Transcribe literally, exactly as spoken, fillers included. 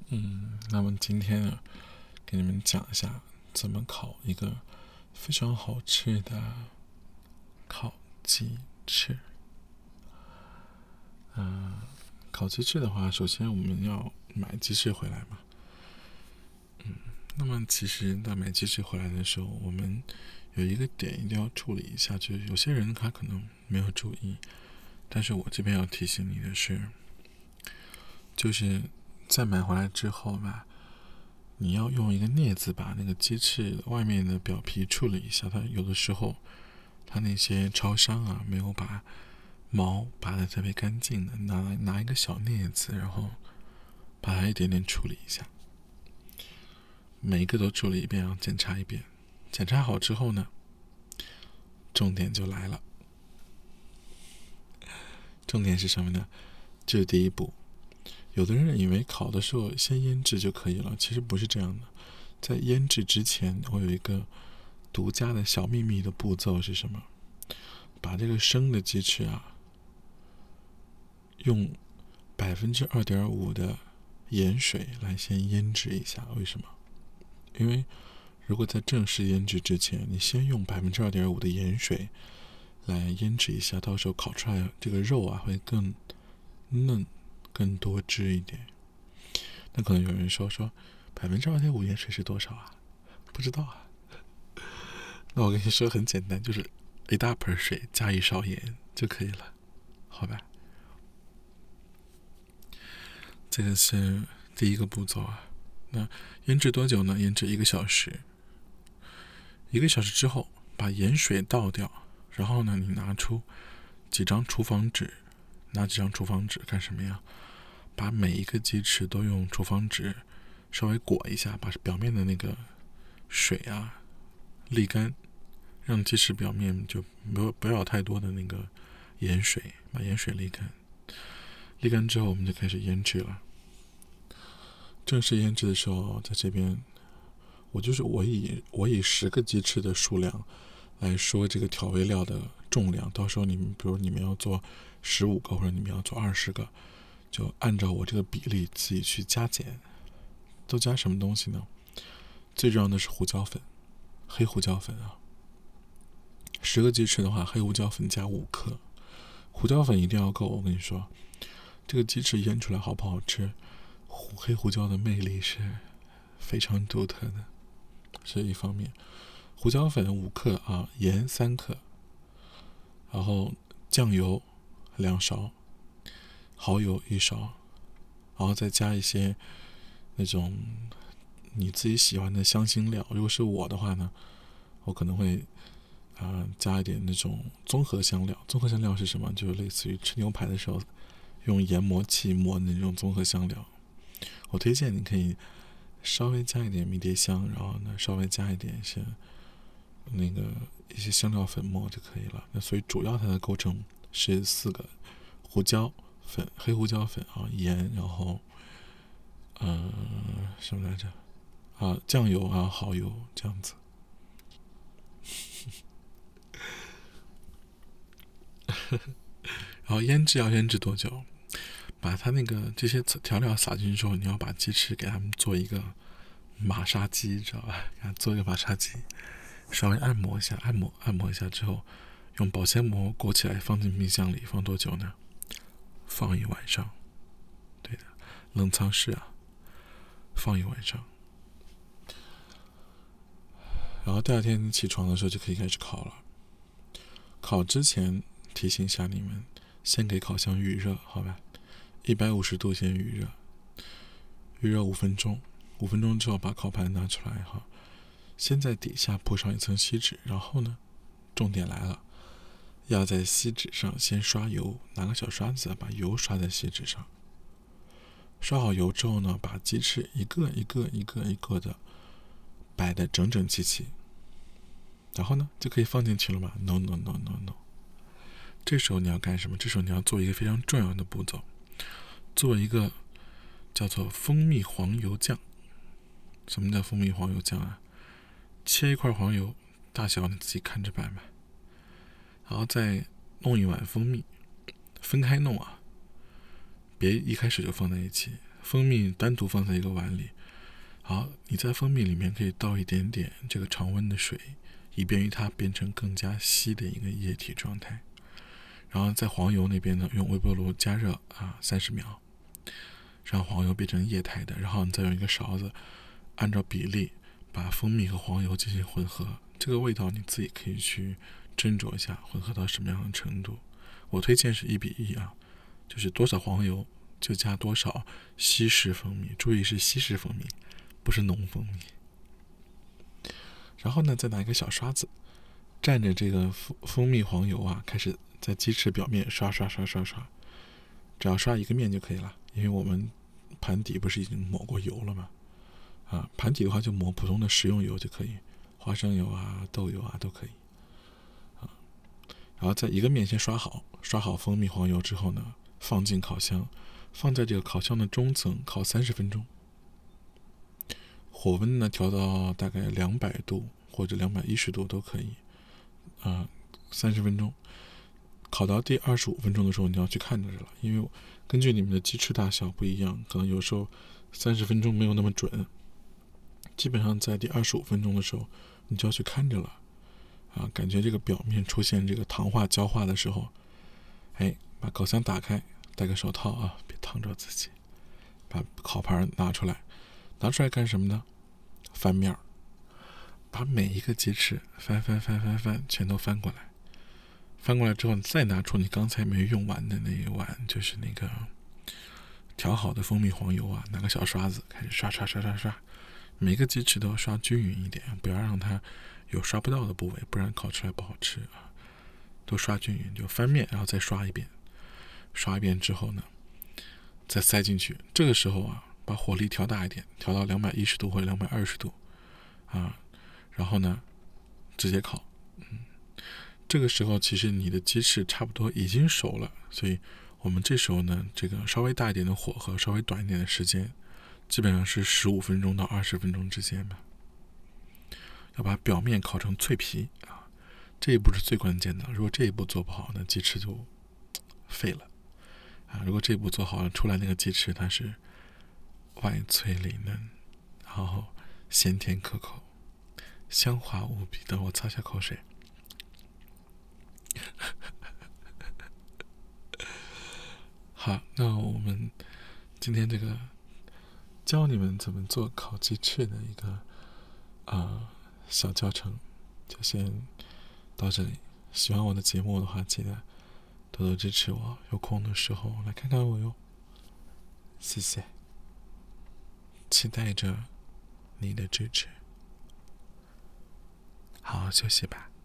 嗯，那么今天呢，给你们讲一下怎么烤一个非常好吃的烤鸡翅。嗯、呃，烤鸡翅的话，首先我们要买鸡翅回来嘛。嗯，那么其实在买鸡翅回来的时候，我们有一个点一定要处理一下，就是有些人他可能没有注意，但是我这边要提醒你的是，就是在买回来之后吧，你要用一个镊子把那个鸡翅外面的表皮处理一下。它有的时候，它那些超商啊没有把毛拔得特别干净的，拿拿一个小镊子，然后把它一点点处理一下。每一个都处理一遍，然后检查一遍。检查好之后呢，重点就来了。重点是什么呢？这是第一步。有的人以为烤的时候先腌制就可以了，其实不是这样的。在腌制之前，我有一个独家的小秘密的步骤是什么？把这个生的鸡翅啊，用百分之二点五的盐水来先腌制一下。为什么？因为如果在正式腌制之前，你先用百分之二点五的盐水来腌制一下，到时候烤出来这个肉啊会更嫩、更多汁一点。那可能有人说说，百分之二点五盐水是多少啊？不知道啊。那我跟你说很简单，就是一大盆水加一勺盐就可以了，好吧？这个是第一个步骤啊。那腌制多久呢？腌制一个小时。一个小时之后，把盐水倒掉，然后呢，你拿出几张厨房纸，拿几张厨房纸干什么呀？把每一个鸡翅都用厨房纸稍微裹一下，把表面的那个水啊沥干，让鸡翅表面就不要不要太多的那个盐水，把盐水沥干。沥干之后，我们就开始腌制了。正式腌制的时候，在这边我就是我以我以十个鸡翅的数量来说这个调味料的重量，到时候你们比如你们要做十五个或者你们要做二十个，就按照我这个比例自己去加减。都加什么东西呢？最重要的是胡椒粉，黑胡椒粉啊。十个鸡翅的话，黑胡椒粉加五克，胡椒粉一定要够。我跟你说，这个鸡翅腌出来好不好吃，黑胡椒的魅力是非常独特的，是一方面。胡椒粉五克啊，盐三克，然后酱油两勺，蚝油一勺，然后再加一些那种你自己喜欢的香辛料。如果是我的话呢，我可能会啊、呃、加一点那种综合香料。综合香料是什么？就类似于吃牛排的时候用研磨器磨的那种综合香料。我推荐你可以稍微加一点迷迭香，然后呢稍微加一点是那个一些香料粉末就可以了。那所以主要它的构成是四个：胡椒粉、黑胡椒粉啊、盐，然后呃什么来着啊酱油啊、蚝油这样子。然后腌制要腌制多久？把它那个这些调料撒进去之后，你要把鸡翅给它们做一个马杀鸡，知道吧？给它做一个马杀鸡，稍微按摩一下，按摩按摩一下之后，用保鲜膜裹起来，放进冰箱里，放多久呢？放一晚上。对的，冷藏室啊，放一晚上。然后第二天起床的时候就可以开始烤了。烤之前提醒一下你们，先给烤箱预热，好吧？一百五十度先预热，预热五分钟。五分钟之后把烤盘拿出来哈，先在底下铺上一层锡纸，然后呢，重点来了，要在锡纸上先刷油，拿个小刷子把油刷在锡纸上。刷好油之后呢，把鸡翅一个一个一个一个的摆得整整齐齐，然后呢就可以放进去了嘛 ？No No No No No。这时候你要干什么？这时候你要做一个非常重要的步骤，做一个叫做蜂蜜黄油酱。什么叫蜂蜜黄油酱啊？切一块黄油，大小你自己看着办吧。然后再弄一碗蜂蜜，分开弄啊，别一开始就放在一起， 蜂蜜单独放在一个碗里。好，你在蜂蜜里面可以倒一点点这个常温的水，以便于它变成更加稀的一个液体状态。然后在黄油那边呢，用微波炉加热啊三十秒，让黄油变成液态的。然后你再用一个勺子，按照比例把蜂蜜和黄油进行混合。这个味道你自己可以去斟酌一下，混合到什么样的程度。我推荐是一比一啊，就是多少黄油就加多少稀释蜂蜜，注意是稀释蜂蜜，不是浓蜂蜜。然后呢，再拿一个小刷子，蘸着这个蜂蜜黄油啊，开始在鸡翅表面刷刷刷刷刷，只要刷一个面就可以了，因为我们盘底不是已经抹过油了吗？啊，盘底的话就抹普通的食用油就可以，花生油啊、豆油啊都可以。啊，然后在一个面先刷好，刷好蜂蜜黄油之后呢，放进烤箱，放在这个烤箱的中层烤三十分钟。火温呢调到大概两百度或者两百一十度都可以，啊，三十分钟。烤到第二十五分钟的时候，你要去看着了，因为根据你们的鸡翅大小不一样，可能有时候三十分钟没有那么准。基本上在第二十五分钟的时候，你就要去看着了，啊，感觉这个表面出现这个糖化焦化的时候，哎，把烤箱打开，戴个手套啊，别烫着自己，把烤盘拿出来。拿出来干什么呢？翻面儿，把每一个鸡翅翻翻翻翻翻，全都翻过来。翻过来之后，你再拿出你刚才没用完的那一碗，就是那个调好的蜂蜜黄油啊，拿个小刷子开始刷刷刷刷刷，每个鸡翅都要刷均匀一点，不要让它有刷不到的部位，不然烤出来不好吃啊。都刷均匀，就翻面，然后再刷一遍。刷一遍之后呢，再塞进去。这个时候啊，把火力调大一点，调到两百一十度或者两百二十度啊，然后呢，直接烤。嗯，这个时候其实你的鸡翅差不多已经熟了，所以我们这时候呢，这个稍微大一点的火和稍微短一点的时间，基本上是十五分钟到二十分钟之间吧。要把表面烤成脆皮啊，这一步是最关键的。如果这一步做不好，那鸡翅就废了啊。如果这一步做好了，出来那个鸡翅它是外脆里嫩，然后咸甜可口，香滑无比。等我擦下口水。好，那我们今天这个教你们怎么做烤鸡翅的一个啊、呃、小教程，就先到这里。喜欢我的节目的话，记得多多支持我，有空的时候来看看我哟。谢谢，期待着你的支持。好好休息吧。